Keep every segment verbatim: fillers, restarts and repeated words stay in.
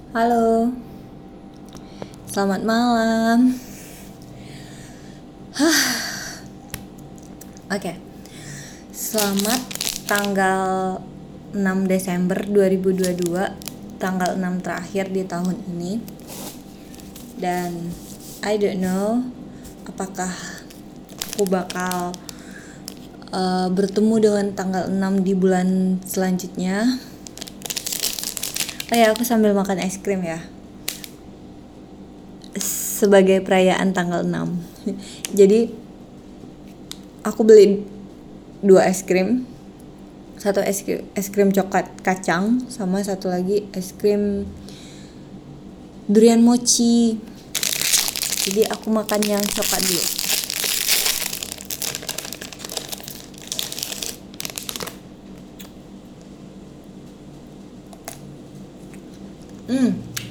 Halo, selamat malam. Oke, selamat tanggal enam Desember dua ribu dua puluh dua, tanggal enam terakhir di tahun ini. Dan I don't know apakah aku bakal uh, bertemu dengan tanggal enam di bulan selanjutnya. Oh ya, aku sambil makan es krim ya, sebagai perayaan tanggal enam. Jadi aku beli dua es krim, satu es krim, es krim coklat kacang, sama satu lagi es krim durian mochi. Jadi aku makan yang coklat dulu. Hmm.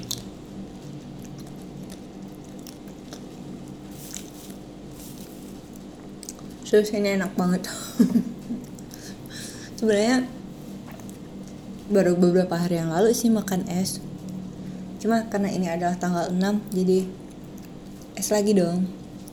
Susunya enak banget. Sebenarnya baru beberapa hari yang lalu sih makan es. Cuma karena ini adalah tanggal enam, jadi es lagi dong.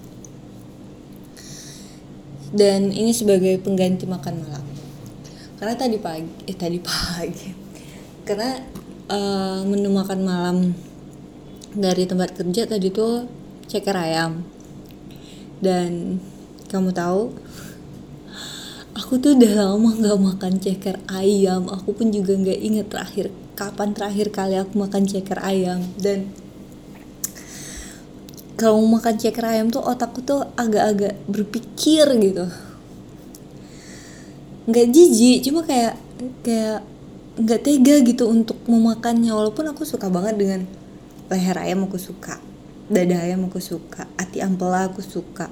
Dan ini sebagai pengganti makan malam. Karena tadi pagi, eh tadi pagi. Karena uh, menu makan malam dari tempat kerja tadi tuh ceker ayam. Dan kamu tahu, aku tuh udah lama gak makan ceker ayam. Aku pun juga gak inget terakhir kapan terakhir kali aku makan ceker ayam. Dan kalau makan ceker ayam tuh otakku tuh agak-agak berpikir gitu. Gak jijik, cuma kayak kayak gak tega gitu untuk memakannya. Walaupun aku suka banget dengan leher ayam, aku suka dada ayam, aku suka ati ampela, aku suka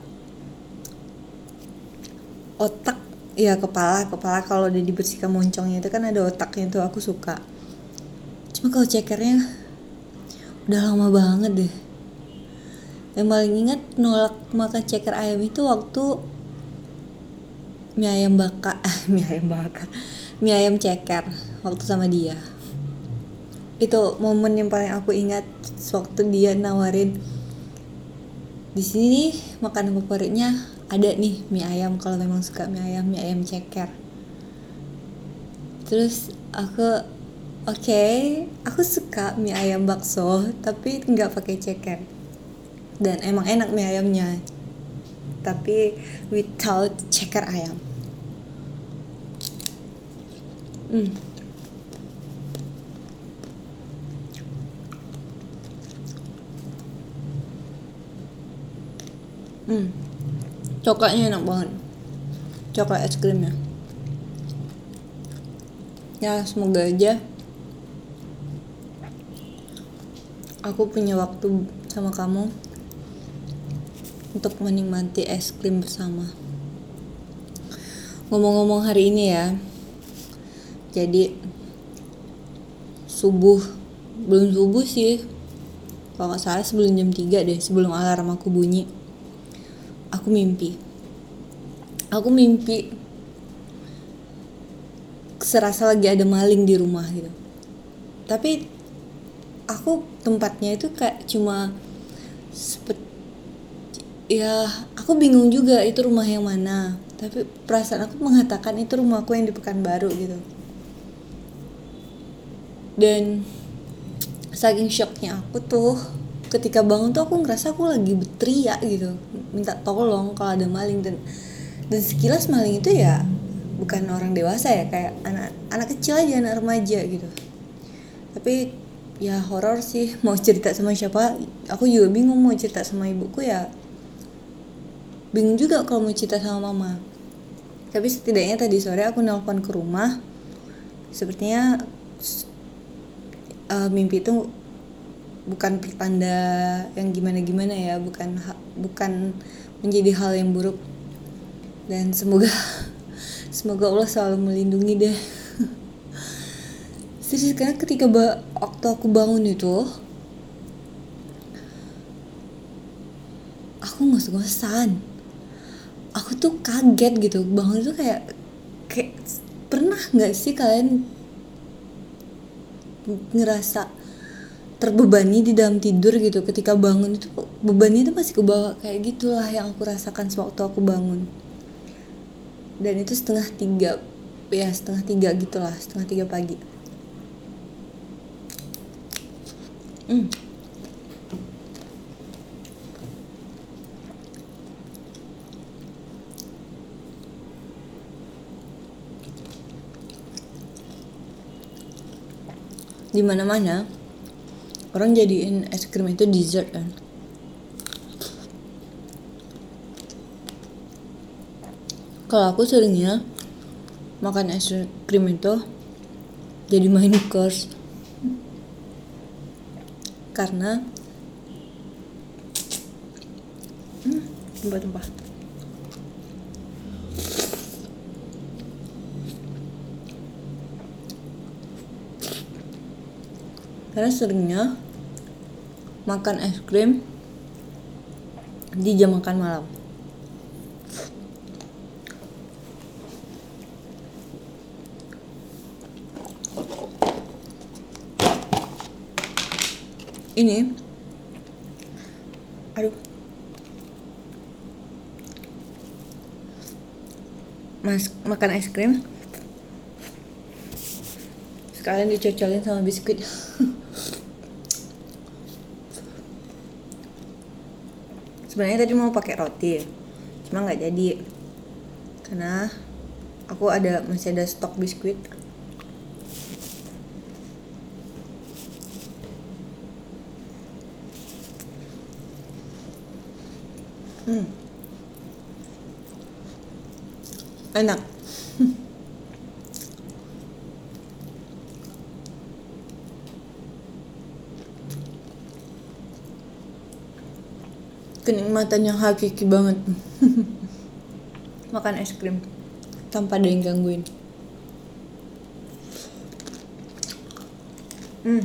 otak, ya kepala kepala kalau udah dibersihkan moncongnya itu kan ada otaknya tuh, aku suka. Cuma kalau cekernya udah lama banget deh. Yang paling ingat nolak makan ceker ayam itu waktu mie ayam bakar mie ayam bakar mie ayam ceker waktu sama dia. Itu momen yang paling aku ingat, waktu dia nawarin, di sini makanan favoritnya ada nih mie ayam, kalau memang suka mie ayam, mie ayam ceker. Terus aku oke, okay, aku suka mie ayam bakso tapi nggak pakai ceker. Dan emang enak mie ayamnya, tapi without ceker ayam. Hmm. Hmm. Coklatnya enak banget, coklat es krimnya. Ya semoga aja aku punya waktu sama kamu untuk menikmati es krim bersama. Ngomong-ngomong hari ini ya, jadi subuh, belum subuh sih, kalau gak salah sebelum jam tiga deh, sebelum alarm aku bunyi, aku mimpi aku mimpi serasa lagi ada maling di rumah gitu. Tapi aku tempatnya itu kayak cuma sepet, ya aku bingung juga itu rumah yang mana. Tapi perasaan aku mengatakan itu rumahku yang di Pekanbaru gitu. Dan saking shocknya aku tuh, ketika bangun tuh aku ngerasa aku lagi berteriak gitu, minta tolong kalau ada maling. Dan dan sekilas maling itu ya bukan orang dewasa ya, kayak anak anak kecil aja, anak remaja gitu. Tapi ya horor sih, mau cerita sama siapa aku juga bingung, mau cerita sama ibuku ya bingung juga kalau mau cerita sama mama. Tapi setidaknya tadi sore aku nelpon ke rumah, sepertinya uh, mimpi itu bukan pertanda yang gimana-gimana ya, bukan bukan menjadi hal yang buruk. Dan semoga semoga Allah selalu melindungi deh. Serius, karena ketika ba- waktu aku bangun itu aku ngos-ngosan, aku tuh kaget gitu. Bangun itu kayak kayak pernah nggak sih kalian ngerasa terbebani di dalam tidur gitu. Ketika bangun itu bebannya itu masih kebawa, kayak gitulah yang aku rasakan sewaktu aku bangun. Dan itu setengah tiga, ya setengah tiga gitulah, setengah tiga pagi. Hmm. Di mana-mana orang jadiin es krim itu dessert kan. Kalau aku seringnya makan es krim itu jadi main course, karena hmm, tumpah-tumpah. Karena seringnya makan es krim di jam makan malam. Ini, aduh, mas makan es krim sekalian dicocolin sama biskuit. Sebenarnya tadi mau pakai roti, cuma nggak jadi karena aku ada masih ada stok biskuit. Hmm. Enak. Kenikmatan yang hakiki banget. Makan es krim tanpa ada yang gangguin. Hmm.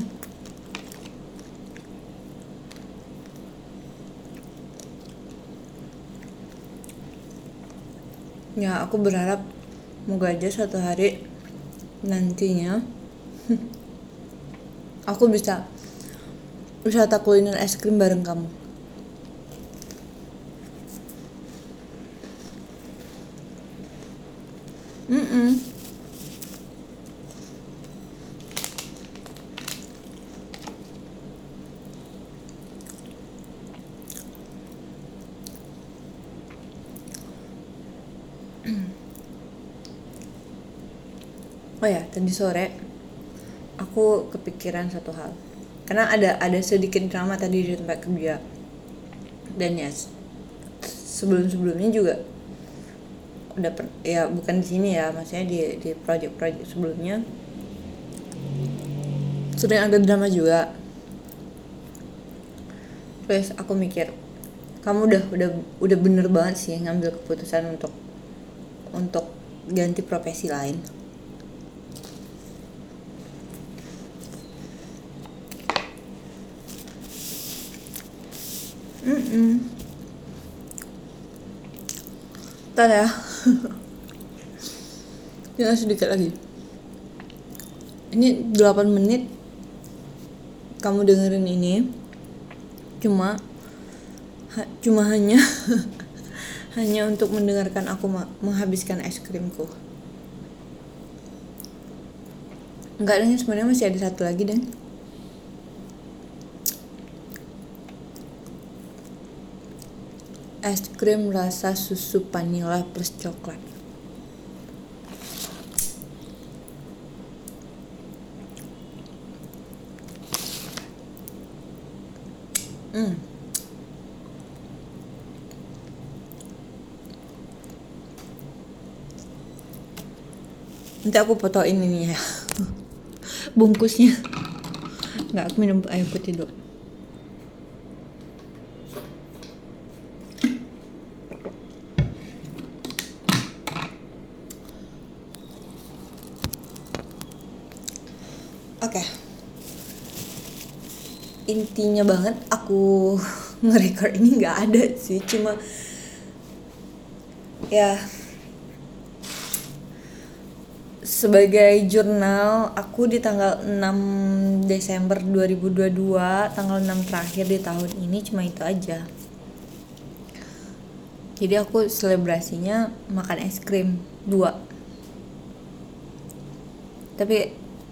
Ya, aku berharap moga aja suatu hari nantinya aku bisa wisata kuliner es krim bareng kamu. Mm-mm. Oh ya, tadi sore aku kepikiran satu hal. Karena ada ada sedikit drama tadi di tempat kerja. Dan ya sebelum-sebelumnya juga udah per, ya bukan di sini ya, maksudnya di di project-project sebelumnya sering ada drama juga. Terus aku mikir, kamu udah udah udah bener banget sih ngambil keputusan untuk untuk ganti profesi lain. Mm-mm. Ntar ya. Tinggal sedikit lagi. Ini delapan menit kamu dengerin ini. Cuma ha, cuma hanya hanya untuk mendengarkan aku ma- menghabiskan es krimku. Enggak, dan sebenarnya masih ada satu lagi, dan es krim rasa susu vanilla plus coklat. Hmm. Nanti aku fotoin ini ya. Bungkusnya. Nggak, aku minum air putih dulu. Oke. Okay. Intinya banget aku nge-record ini nggak ada sih, cuma ya sebagai jurnal aku di tanggal enam Desember dua ribu dua puluh dua, tanggal enam terakhir di tahun ini, cuma itu aja. Jadi aku selebrasinya makan es krim dua. Tapi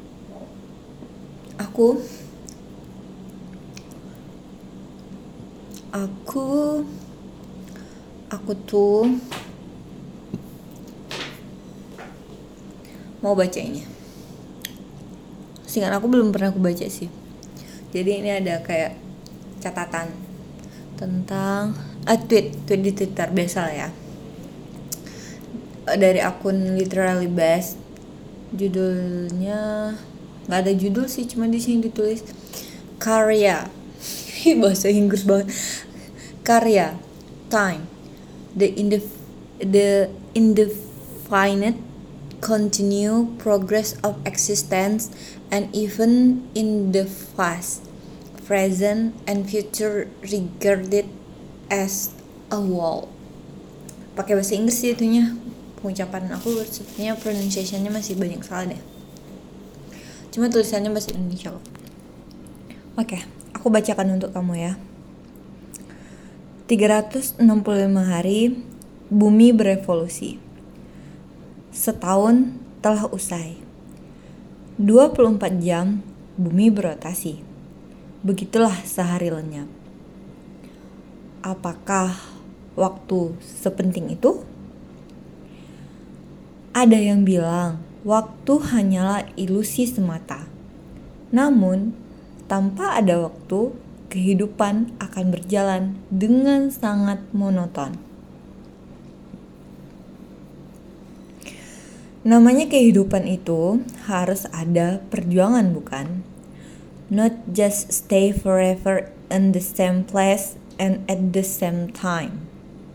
aku aku aku tuh mau bacanya. Seingat aku belum pernah aku baca sih. Jadi ini ada kayak catatan tentang ah, tweet tweet di Twitter biasa lah ya, dari akun Literally Best. Judulnya nggak ada judul sih, cuma di sini ditulis karya. Bahasa Inggris banget. Karya, time, the indef- the indefinite continue progress of existence, and even in the past, present, and future regarded as a whole. Pakai bahasa Inggris sih itunya. Pengucapan aku sepertinya pronunciation-nya masih banyak salah deh. Cuma tulisannya bahasa Indonesia kok. Oke, aku bacakan untuk kamu ya. tiga ratus enam puluh lima hari bumi berevolusi. Setahun telah usai. dua puluh empat jam bumi berotasi. Begitulah sehari lenyap. Apakah waktu sepenting itu? Ada yang bilang waktu hanyalah ilusi semata. Namun, tanpa ada waktu, kehidupan akan berjalan dengan sangat monoton. Namanya kehidupan itu harus ada perjuangan, bukan? Not just stay forever in the same place and at the same time.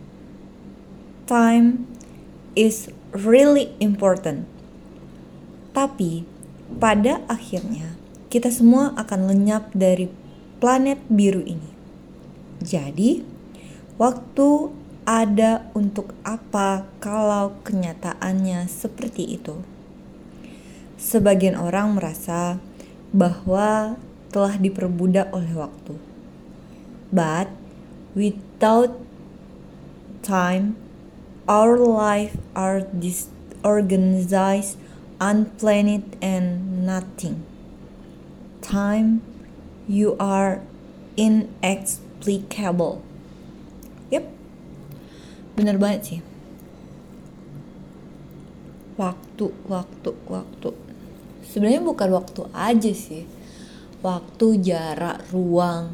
Time is really important. Tapi pada akhirnya kita semua akan lenyap dari planet biru ini. Jadi, waktu ada untuk apa kalau kenyataannya seperti itu? Sebagian orang merasa bahwa telah diperbudak oleh waktu. But without time, our life are disorganized, unplanned, and nothing. Time, you are inexplicable. Yep, bener banget sih. Waktu, waktu, waktu. Sebenarnya bukan waktu aja sih. Waktu, jarak, ruang.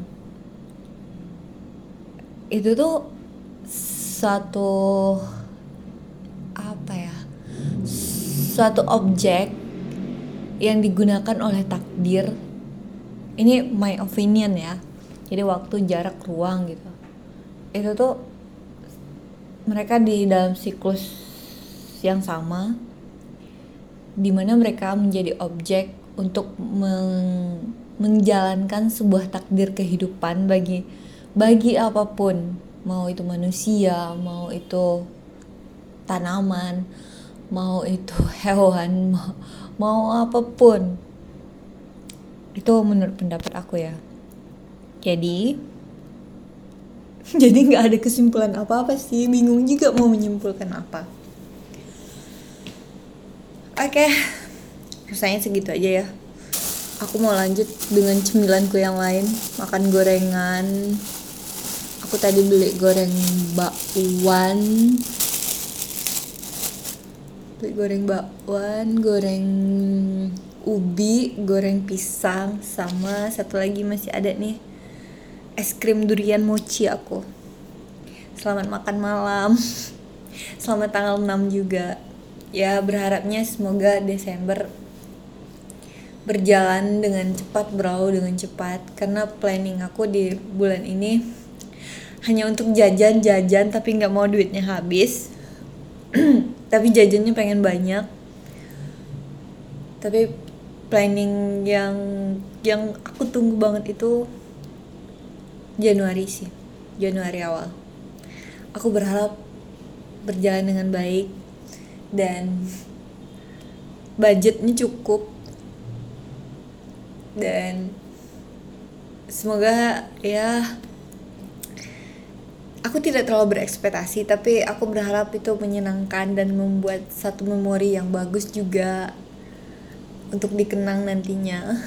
Itu tuh satu apa ya? Suatu objek yang digunakan oleh takdir. Ini my opinion ya. Jadi waktu, jarak, ruang gitu. Itu tuh mereka di dalam siklus yang sama, di mana mereka menjadi objek untuk men- menjalankan sebuah takdir kehidupan bagi bagi apapun, mau itu manusia, mau itu tanaman, mau itu hewan, mau, mau apapun. Itu menurut pendapat aku ya. Jadi jadi nggak ada kesimpulan apa-apa sih, bingung juga mau menyimpulkan apa. Oke, rasanya segitu aja ya. Aku mau lanjut dengan cemilanku yang lain, makan gorengan. Aku tadi beli goreng bakwan, beli goreng bakwan, goreng ubi, goreng pisang, sama satu lagi masih ada nih, es krim durian mochi aku. Selamat makan malam. Selamat tanggal enam juga. Ya, berharapnya semoga Desember berjalan dengan cepat, berlalu dengan cepat. Karena planning aku di bulan ini hanya untuk jajan-jajan, tapi gak mau duitnya habis. Tapi jajannya pengen banyak. Tapi planning yang yang aku tunggu banget itu Januari sih, Januari awal. Aku berharap berjalan dengan baik dan budgetnya cukup, dan semoga ya, aku tidak terlalu berekspektasi, tapi aku berharap itu menyenangkan dan membuat satu memori yang bagus juga untuk dikenang nantinya.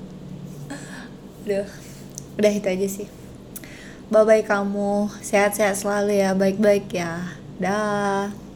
Udah, udah itu aja sih. Bye bye kamu, sehat-sehat selalu ya, baik-baik ya. Dah.